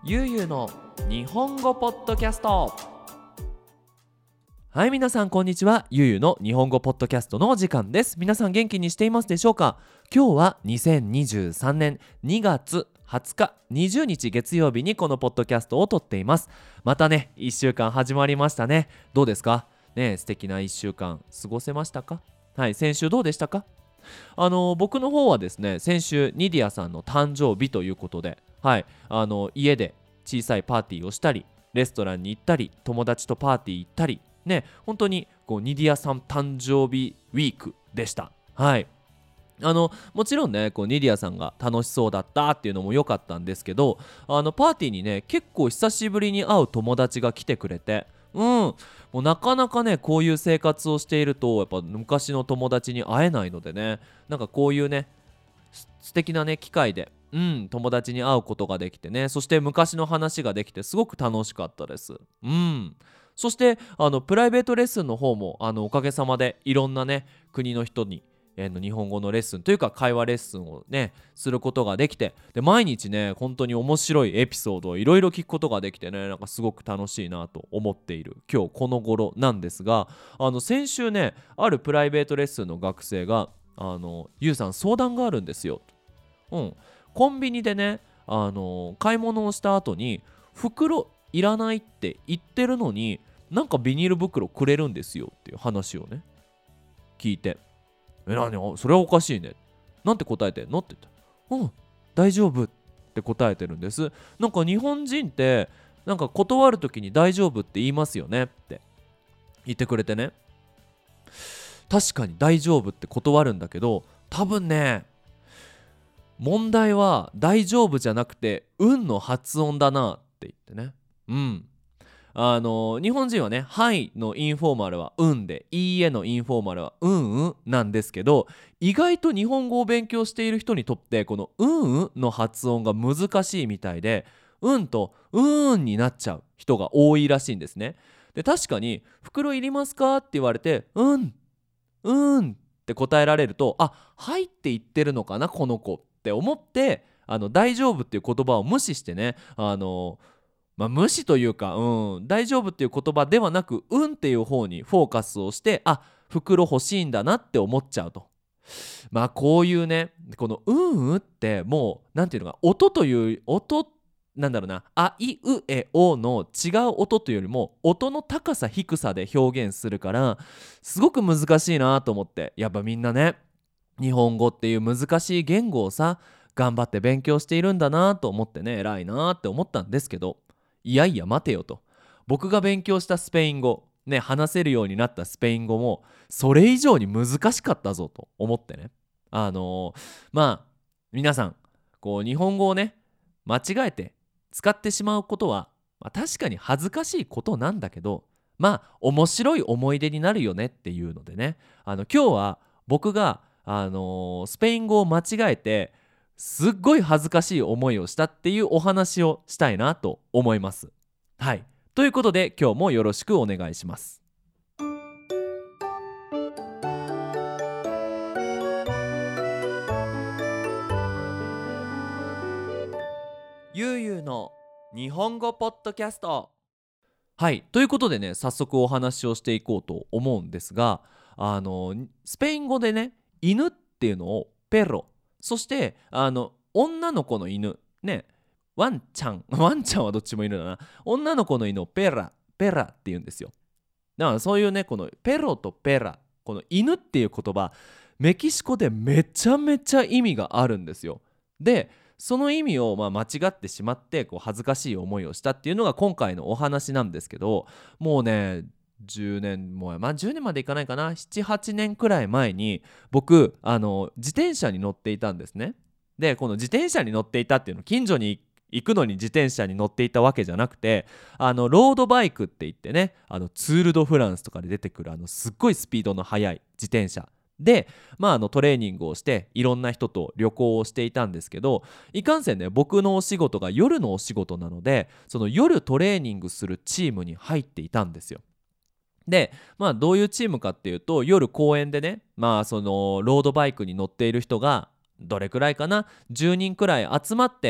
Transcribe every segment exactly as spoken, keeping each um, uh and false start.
ゆうゆうの日本語ポッドキャスト。はい、皆さんこんにちは。ゆうゆうの日本語ポッドキャストのお時間です。皆さん元気にしていますでしょうか？今日はにせんにじゅうさんねんにがつはつかにじゅうにち月曜日にこのポッドキャストを撮っています。またねいっしゅうかん始まりましたね。どうですかね？素敵ないっしゅうかん過ごせましたか？はい、先週どうでしたか？あの僕の方はですね、先週ニディアさんの誕生日ということで、はい、あの家で小さいパーティーをしたり、レストランに行ったり、友達とパーティー行ったりね、本当にこうニディアさん誕生日ウィークでした。はい、あのもちろんねこうニディアさんが楽しそうだったっていうのも良かったんですけど、あのパーティーにね結構久しぶりに会う友達が来てくれて、うんもうなかなかねこういう生活をしているとやっぱ昔の友達に会えないのでね、なんかこういうねす素敵なね機会で、うん、友達に会うことができてね、そして昔の話ができてすごく楽しかったです。うん、そしてあのプライベートレッスンの方もあのおかげさまでいろんなね国の人にえーの日本語のレッスンというか会話レッスンをねすることができて、で毎日ね本当に面白いエピソードをいろいろ聞くことができてね、なんかすごく楽しいなと思っている今日この頃なんですが、あの先週ねあるプライベートレッスンの学生があのゆうさん相談があるんですよ、うん、コンビニでねあの買い物をした後に袋いらないって言ってるのになんかビニール袋くれるんですよっていう話をね聞いて、え、なにそれはおかしいね、なんて答えてんのって言った、うん大丈夫って答えてるんです。なんか日本人ってなんか断る時に大丈夫って言いますよねって言ってくれてね、確かに大丈夫って断るんだけど、多分ね問題は大丈夫じゃなくて運の発音だなって言ってね、うんあの日本人はねはいのインフォーマルはうんで、いいえのインフォーマルはうんうんなんですけど、意外と日本語を勉強している人にとってこのうんうんの発音が難しいみたいで、うんとうーんになっちゃう人が多いらしいんですね。で確かに袋いりますかって言われてうんうんって答えられると、あはいって言ってるのかなこの子って思って、あの大丈夫っていう言葉を無視してね、あのまあ、無視というか、うん、大丈夫っていう言葉ではなくうんっていう方にフォーカスをして、あ袋欲しいんだなって思っちゃうと。まあこういうねこのうんうんってもうなんていうのか、音という音なんだろうな、あいうえおの違う音というよりも音の高さ低さで表現するからすごく難しいなと思って、やっぱみんなね日本語っていう難しい言語をさ頑張って勉強しているんだなと思ってね、偉いなって思ったんですけど、いやいや待てよと、僕が勉強したスペイン語ね話せるようになったスペイン語もそれ以上に難しかったぞと思ってね、あのー、まあ皆さんこう日本語をね間違えて使ってしまうことは、まあ、確かに恥ずかしいことなんだけど、まあ面白い思い出になるよねっていうのでね、あの今日は僕が、あのースペイン語を間違えてすっごい恥ずかしい思いをしたっていうお話をしたいなと思います。はい、ということで今日もよろしくお願いします。ゆうゆうの日本語ポッドキャスト。はい、ということでね早速お話をしていこうと思うんですが、あのスペイン語でね犬っていうのをペロ、そしてあの女の子の犬ねワンちゃんワンちゃんはどっちも犬だな、女の子の犬をペラペラって言うんですよ。だからそういうねこのペロとペラ、この犬っていう言葉メキシコでめちゃめちゃ意味があるんですよ。でその意味をまあ間違ってしまってこう恥ずかしい思いをしたっていうのが今回のお話なんですけど、もうねじゅうねんもまあじゅうねんまでいかないかな、ななはちねんくらい前に僕あの自転車に乗っていたんですね。でこの自転車に乗っていたっていうの近所に行くのに自転車に乗っていたわけじゃなくて、あのロードバイクって言ってね、あのツール・ド・フランスとかで出てくるあのすっごいスピードの速い自転車で、まあ、あのトレーニングをしていろんな人と旅行をしていたんですけど、いかんせんね僕のお仕事が夜のお仕事なので、その夜トレーニングするチームに入っていたんですよ。でまあどういうチームかっていうと、夜公園でねまあそのロードバイクに乗っている人がどれくらいかなじゅうにんくらい集まって、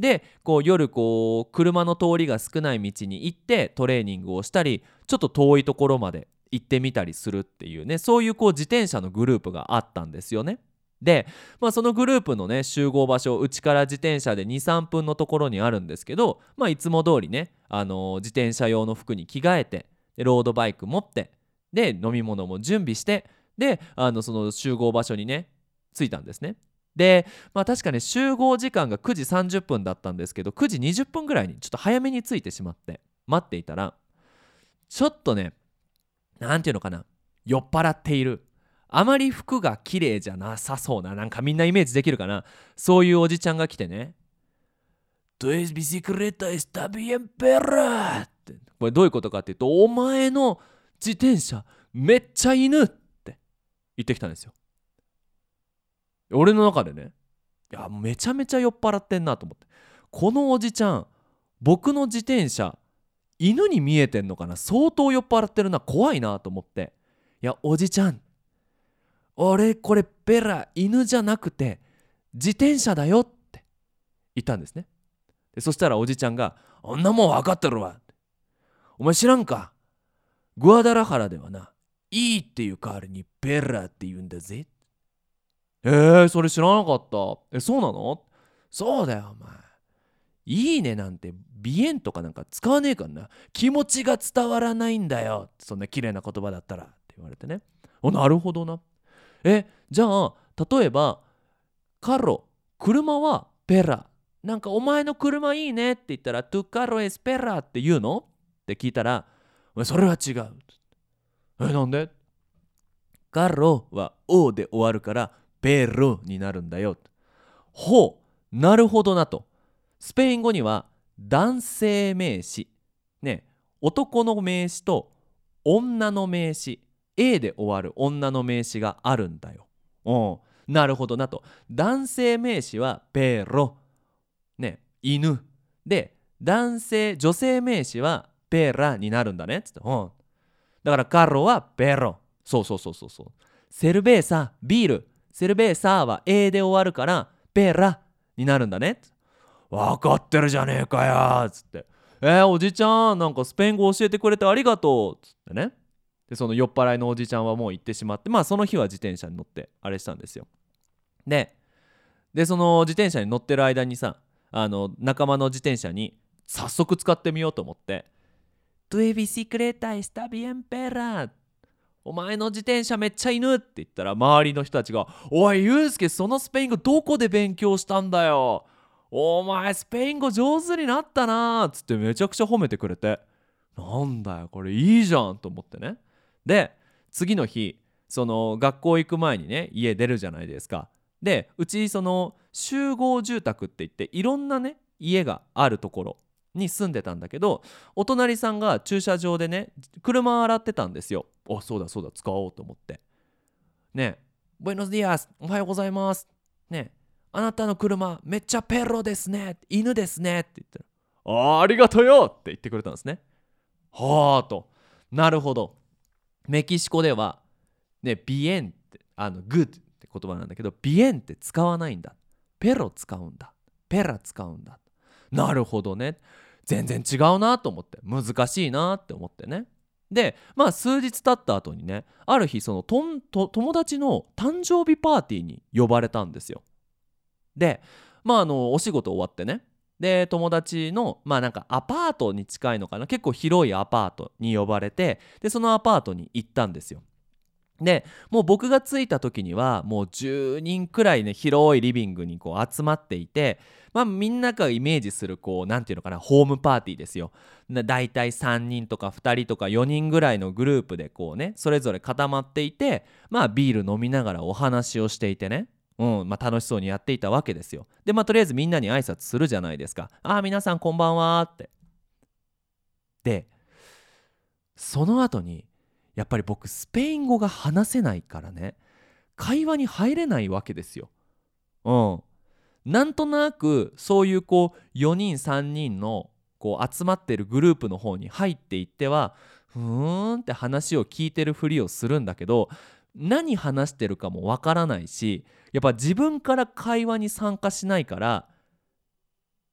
でこう夜こう車の通りが少ない道に行ってトレーニングをしたり、ちょっと遠いところまで行ってみたりするっていうね、そういうこう自転車のグループがあったんですよね。で、まあ、そのグループのね集合場所、うちから自転車でにさんぷんのところにあるんですけど、まあ、いつも通りね、あのー自転車用の服に着替えて、でロードバイク持って、で飲み物も準備して、であのその集合場所にね着いたんですね。で、まあ、確かね集合時間がくじさんじゅっぷんだったんですけど、くじにじゅっぷんぐらいにちょっと早めに着いてしまって待っていたら、ちょっとね、なんていうのかな、酔っ払っている、あまり服が綺麗じゃなさそうな、なんかみんなイメージできるかな、そういうおじちゃんが来てね、Tu es bicicleta está bien perra って、これどういうことかっていうと、お前の自転車めっちゃ犬って言ってきたんですよ。俺の中でね、いやめちゃめちゃ酔っ払ってんなと思って、このおじちゃん僕の自転車犬に見えてんのかな、相当酔っ払ってるな、怖いなと思って、いやおじちゃん、俺これペラ犬じゃなくて自転車だよって言ったんですね。でそしたらおじちゃんが、あんなもん分かってるわ、お前知らんか、グアダラハラではな、いいっていう代わりにペラって言うんだぜ。えー、それ知らなかった。え、そうなの？そうだよお前、いいねなんて鼻炎とかなんか使わねえからな、気持ちが伝わらないんだよ、そんな綺麗な言葉だったらって言われてね。お、なるほどな。え、じゃあ例えばカロ、車はペラ、なんかお前の車いいねって言ったらトゥカロエスペラって言うのって聞いたら、それは違う。え、なんで？カロはオで終わるからペロになるんだよ。ほう、なるほどなと。スペイン語には男性名詞ね、男の名詞と女の名詞 A で終わる女の名詞があるんだよ。うん、なるほどなと。男性名詞はペロね、犬で、男性女性名詞はペラになるんだねっつって、うん、だからカロはペロ、そうそうそうそうそう。セルベーサビール、セルベーサは A で終わるからペラになるんだね。分かってるじゃねえかよつって、えー、おじちゃんなんかスペイン語教えてくれてありがとうつってね。でその酔っ払いのおじちゃんはもう行ってしまって、まあその日は自転車に乗ってあれしたんですよ。ででその自転車に乗ってる間にさ、あの仲間の自転車に早速使ってみようと思って、トゥエビシクレタエスタビエンペラ、お前の自転車めっちゃ犬って言ったら、周りの人たちが、おいユウスケ、そのスペイン語どこで勉強したんだよ、お前スペイン語上手になったなーっつってめちゃくちゃ褒めてくれて、なんだよこれいいじゃんと思ってね。で次の日、その学校行く前にね家出るじゃないですか。でうちその集合住宅って言っていろんなね家があるところに住んでたんだけど、お隣さんが駐車場でね車洗ってたんですよ。あ、そうだそうだ、使おうと思って、ね、ブエノスディアス、おはようございます、ね、あなたの車めっちゃペロですね、犬ですねって言ったら、あーありがとうよって言ってくれたんですね。はあと、なるほど、メキシコではね、ビエンってあのグッドって言葉なんだけど、ビエンって使わないんだ、ペロ使うんだ、ペラ使うんだ。なるほどね、全然違うなと思って、難しいなって思ってね。でまあ数日経った後にね、ある日そのとんと友達の誕生日パーティーに呼ばれたんですよ。でまああのお仕事終わってね、で友達のまあなんかアパートに近いのかな、結構広いアパートに呼ばれて、でそのアパートに行ったんですよ。でもう僕が着いた時にはもうじゅうにんくらいね広いリビングにこう集まっていて、まあみんながイメージするこうなんていうのかな、ホームパーティーですよ。だいたいさんにんとかふたりとかよにんぐらいのグループでこうねそれぞれ固まっていて、まあビール飲みながらお話をしていてね、うんまあ、楽しそうにやっていたわけですよ。でまあとりあえずみんなに挨拶するじゃないですか。あー皆さんこんばんはって。でその後にやっぱり僕スペイン語が話せないからね、会話に入れないわけですよ。うん。なんとなくそういうこうよにんさんにんのこう集まってるグループの方に入っていっては、ふーんって話を聞いてるふりをするんだけど、何話してるかもわからないし、やっぱ自分から会話に参加しないから、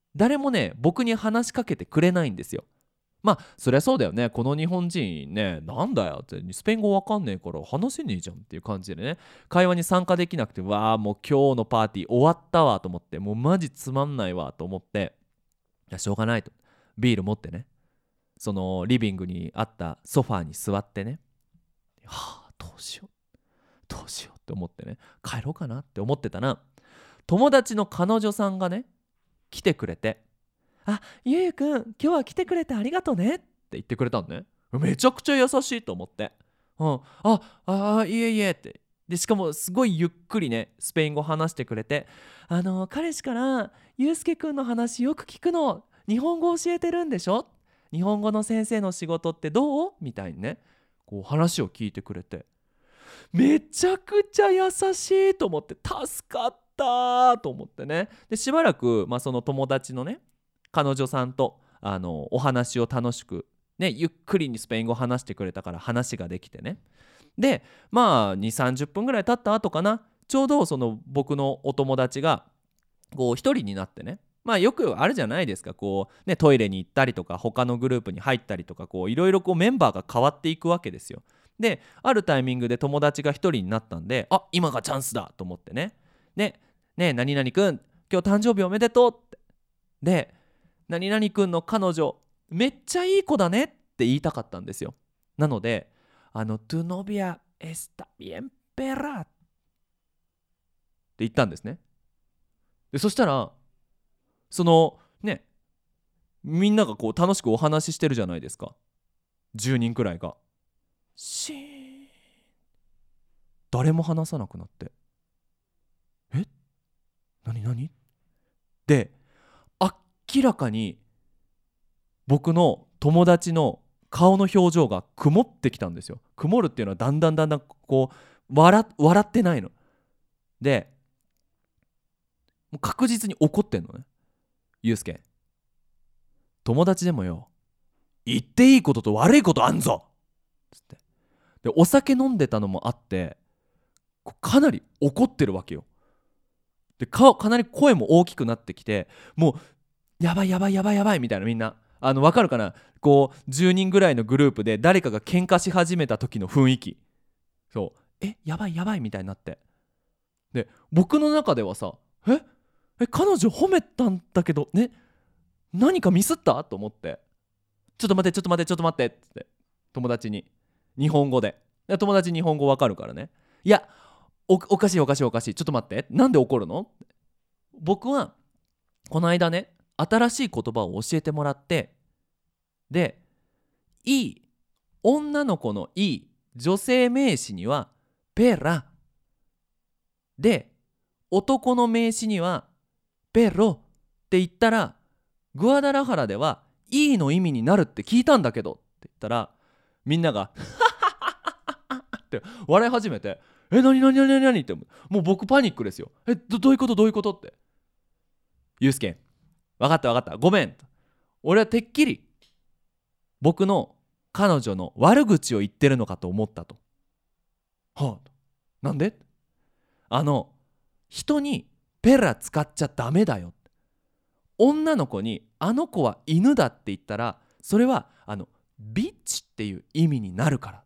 誰もね僕に話しかけてくれないんですよ。まあそりゃそうだよね、この日本人ね、なんだよってスペイン語わかんねえから話せねえじゃんっていう感じでね、会話に参加できなくて、わあもう今日のパーティー終わったわと思って、もうマジつまんないわと思って、いやしょうがないと、ビール持ってね、そのリビングにあったソファーに座ってね、はあどうしようどうしようって思ってね、帰ろうかなって思ってたら、友達の彼女さんがね来てくれて、あ、ゆうゆくん今日は来てくれてありがとうねって言ってくれたのね。めちゃくちゃ優しいと思って、うん、ああいえいえって、でしかもすごいゆっくりねスペイン語話してくれて、あの彼氏からゆうすけくんの話よく聞くの、日本語教えてるんでしょ、日本語の先生の仕事ってどうみたいにね、こう話を聞いてくれて、めちゃくちゃ優しいと思って、助かったと思ってね。でしばらく、まあ、その友達のね彼女さんとあのお話を楽しくね、ゆっくりにスペイン語を話してくれたから話ができてね。でまあにじゅうさんじゅっぷんぐらい経った後かな、ちょうどその僕のお友達がこう一人になってね、まあよくあるじゃないですか、こうねトイレに行ったりとか他のグループに入ったりとか、こういろいろこうメンバーが変わっていくわけですよ。であるタイミングで友達が一人になったんで、あ今がチャンスだと思ってね、ねね何々くん今日誕生日おめでとうって、で何々くんの彼女めっちゃいい子だねって言いたかったんですよ。なのであのトゥノビアエスタビエンペラって言ったんですね。でそしたらそのねみんながこう楽しくお話ししてるじゃないですか、じゅうにんくらいがシーン、誰も話さなくなって、え何何で、明らかに僕の友達の顔の表情が曇ってきたんですよ。曇るっていうのはだんだんだんだんこう 笑, 笑ってないので、もう確実に怒ってんのね。ゆうすけ、友達でもよ言っていいことと悪いことあんぞつって、でお酒飲んでたのもあってかなり怒ってるわけよ。で か, かなり声も大きくなってきて、もうやばいやばいやばいやばいみたいな、みんなあの分かるかな、こうじゅうにんぐらいのグループで誰かが喧嘩し始めた時の雰囲気、そうえやばいやばいみたいになって、で僕の中ではさ、ええ彼女褒めたんだけどね、何かミスったと思って、ちょっと待ってちょっと待ってちょっと待ってっつって友達に日本語で、友達日本語わかるからね、いや お, おかしいおかしいおかしいちょっと待って、なんで怒るの、僕はこの間ね新しい言葉を教えてもらって、でいい女の子のいい女性名詞にはペラで、男の名詞にはペロって言ったらグアダラハラではいいの意味になるって聞いたんだけどって言ったら、みんながって笑い始めて、え何何何何何って、もう僕パニックですよ。え ど, どういうことどういうことって、ゆうすけ分かった分かったごめん、俺はてっきり僕の彼女の悪口を言ってるのかと思ったと。はあ、なんで、あの人にペラ使っちゃダメだよ、女の子にあの子は犬だって言ったらそれはあのビッチっていう意味になるから。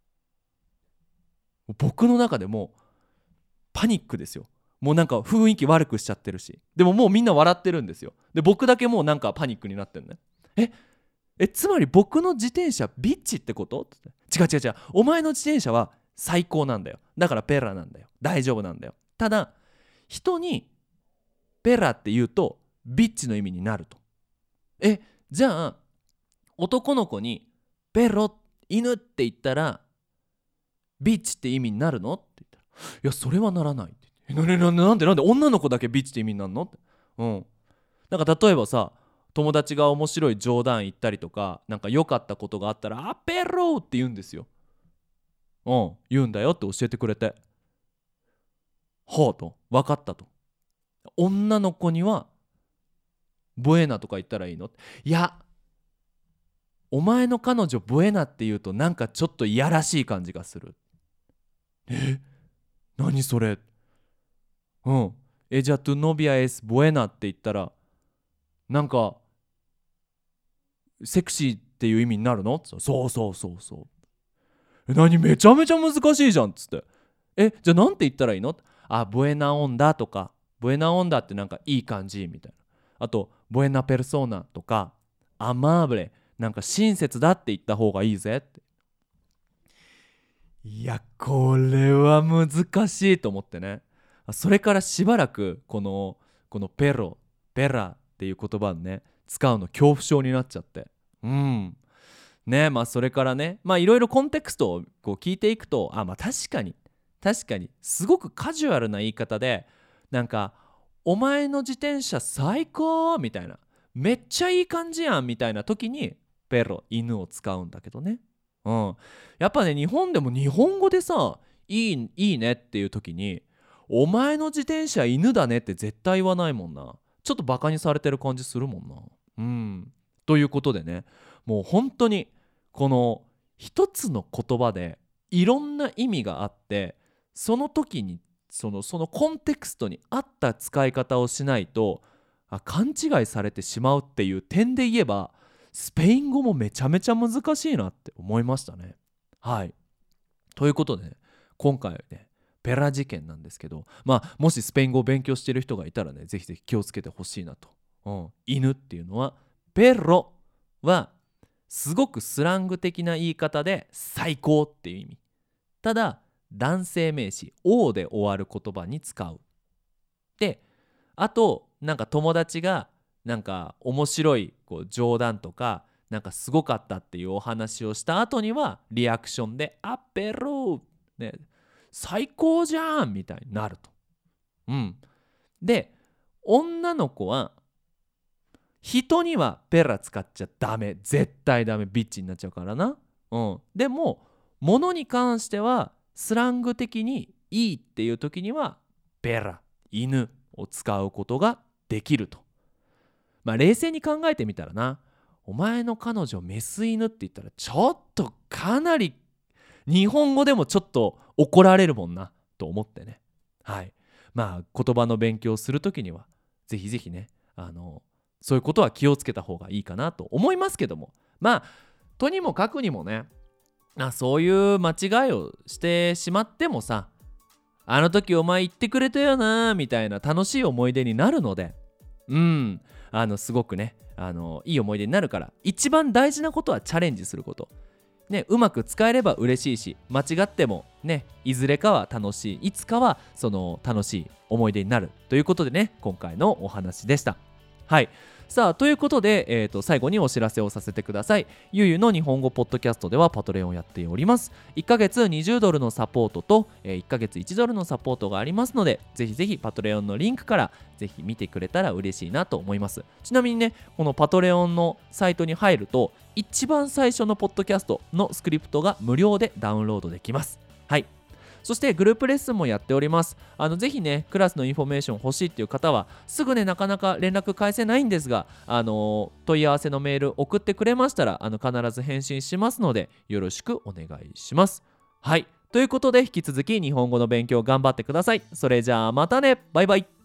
僕の中でもうパニックですよ。もうなんか雰囲気悪くしちゃってるし、でももうみんな笑ってるんですよ。で僕だけもうなんかパニックになってるね。ええつまり僕の自転車ビッチってこと？違う違う違う、お前の自転車は最高なんだよ、だからペラなんだよ、大丈夫なんだよ。ただ人にペラって言うとビッチの意味になると。えじゃあ男の子にペロ犬って言ったらビッチって意味になるのって言ったら、いやそれはならないって言って、えななななんでなんで女の子だけビッチって意味になるのって、うんなんか例えばさ、友達が面白い冗談言ったりとか、なんか良かったことがあったらアペローって言うんですよ。うん言うんだよって教えてくれて、ほうと分かったと。女の子にはブエナとか言ったらいいの？いやお前の彼女ブエナって言うとなんかちょっといやらしい感じがする。え何それ、うんえじゃあトゥノビアエスブエナって言ったらなんかセクシーっていう意味になるの？そうそうそうそう。え、何めちゃめちゃ難しいじゃんっつって。え、じゃあなんて言ったらいいの？あ、ブエナオンダとか、ブエナオンダってなんかいい感じみたいな。あとブエナペルソーナとか、アマーブレ、なんか親切だって言った方がいいぜって。いや、これは難しいと思ってね。それからしばらくこのこのペロペラっていう言葉をね使うの恐怖症になっちゃって、うんね。まあそれからね、まあいろいろコンテクストをこう聞いていくと、あ、まあ確かに確かにすごくカジュアルな言い方で、なんかお前の自転車最高みたいな、めっちゃいい感じやんみたいな時にペロ、犬を使うんだけどね。うん、やっぱね日本でも日本語でさ、いいいいねっていう時にお前の自転車犬だねって絶対言わないもんな。ちょっとバカにされてる感じするもんな。うんということでね、もう本当にこの一つの言葉でいろんな意味があって、その時にそのそのコンテクストに合った使い方をしないと、あ、勘違いされてしまうっていう点で言えば、スペイン語もめちゃめちゃ難しいなって思いましたね。はい。ということでね、今回はねペラ事件なんですけど、まあもしスペイン語を勉強している人がいたらね、ぜひぜひ気をつけてほしいなと。うん、犬っていうのは、ペロはすごくスラング的な言い方で最高っていう意味。ただ男性名詞王で終わる言葉に使う。で、あとなんか友達がなんか面白いこう冗談とか、なんかすごかったっていうお話をした後にはリアクションでアペロー、ね、最高じゃんみたいになると。うん。で、女の子は人にはペラ使っちゃダメ、絶対ダメ、ビッチになっちゃうからな。うん。でも物に関してはスラング的にいいっていう時にはペラ、犬を使うことができると。まあ冷静に考えてみたらな、お前の彼女メス犬って言ったらちょっとかなり日本語でもちょっと怒られるもんなと思ってね。はい。まあ言葉の勉強するときにはぜひぜひね、あのそういうことは気をつけた方がいいかなと思いますけども、まあとにもかくにもね、あ、そういう間違いをしてしまってもさ、あの時お前言ってくれたよなみたいな楽しい思い出になるので、うんあのすごくね、あのいい思い出になるから、一番大事なことはチャレンジすること。ね、うまく使えれば嬉しいし、間違ってもね、いずれかは楽しい、いつかはその楽しい思い出になるということでね、今回のお話でした。はい。さあということで、えー、と最後にお知らせをさせてください。ゆうゆうの日本語ポッドキャストではパトレオンをやっております。いっかげつにじゅうドルのサポートと、えー、いっかげついちドルのサポートがありますので、ぜひぜひパトレオンのリンクからぜひ見てくれたら嬉しいなと思います。ちなみにね、このパトレオンのサイトに入ると一番最初のポッドキャストのスクリプトが無料でダウンロードできます。はい。そしてグループレッスンもやっております。あのぜひね、クラスのインフォメーション欲しいっていう方はすぐね、なかなか連絡返せないんですが、あのー問い合わせのメール送ってくれましたら、あの必ず返信しますのでよろしくお願いします。はい。ということで引き続き日本語の勉強頑張ってください。それじゃあまたね。バイバイ。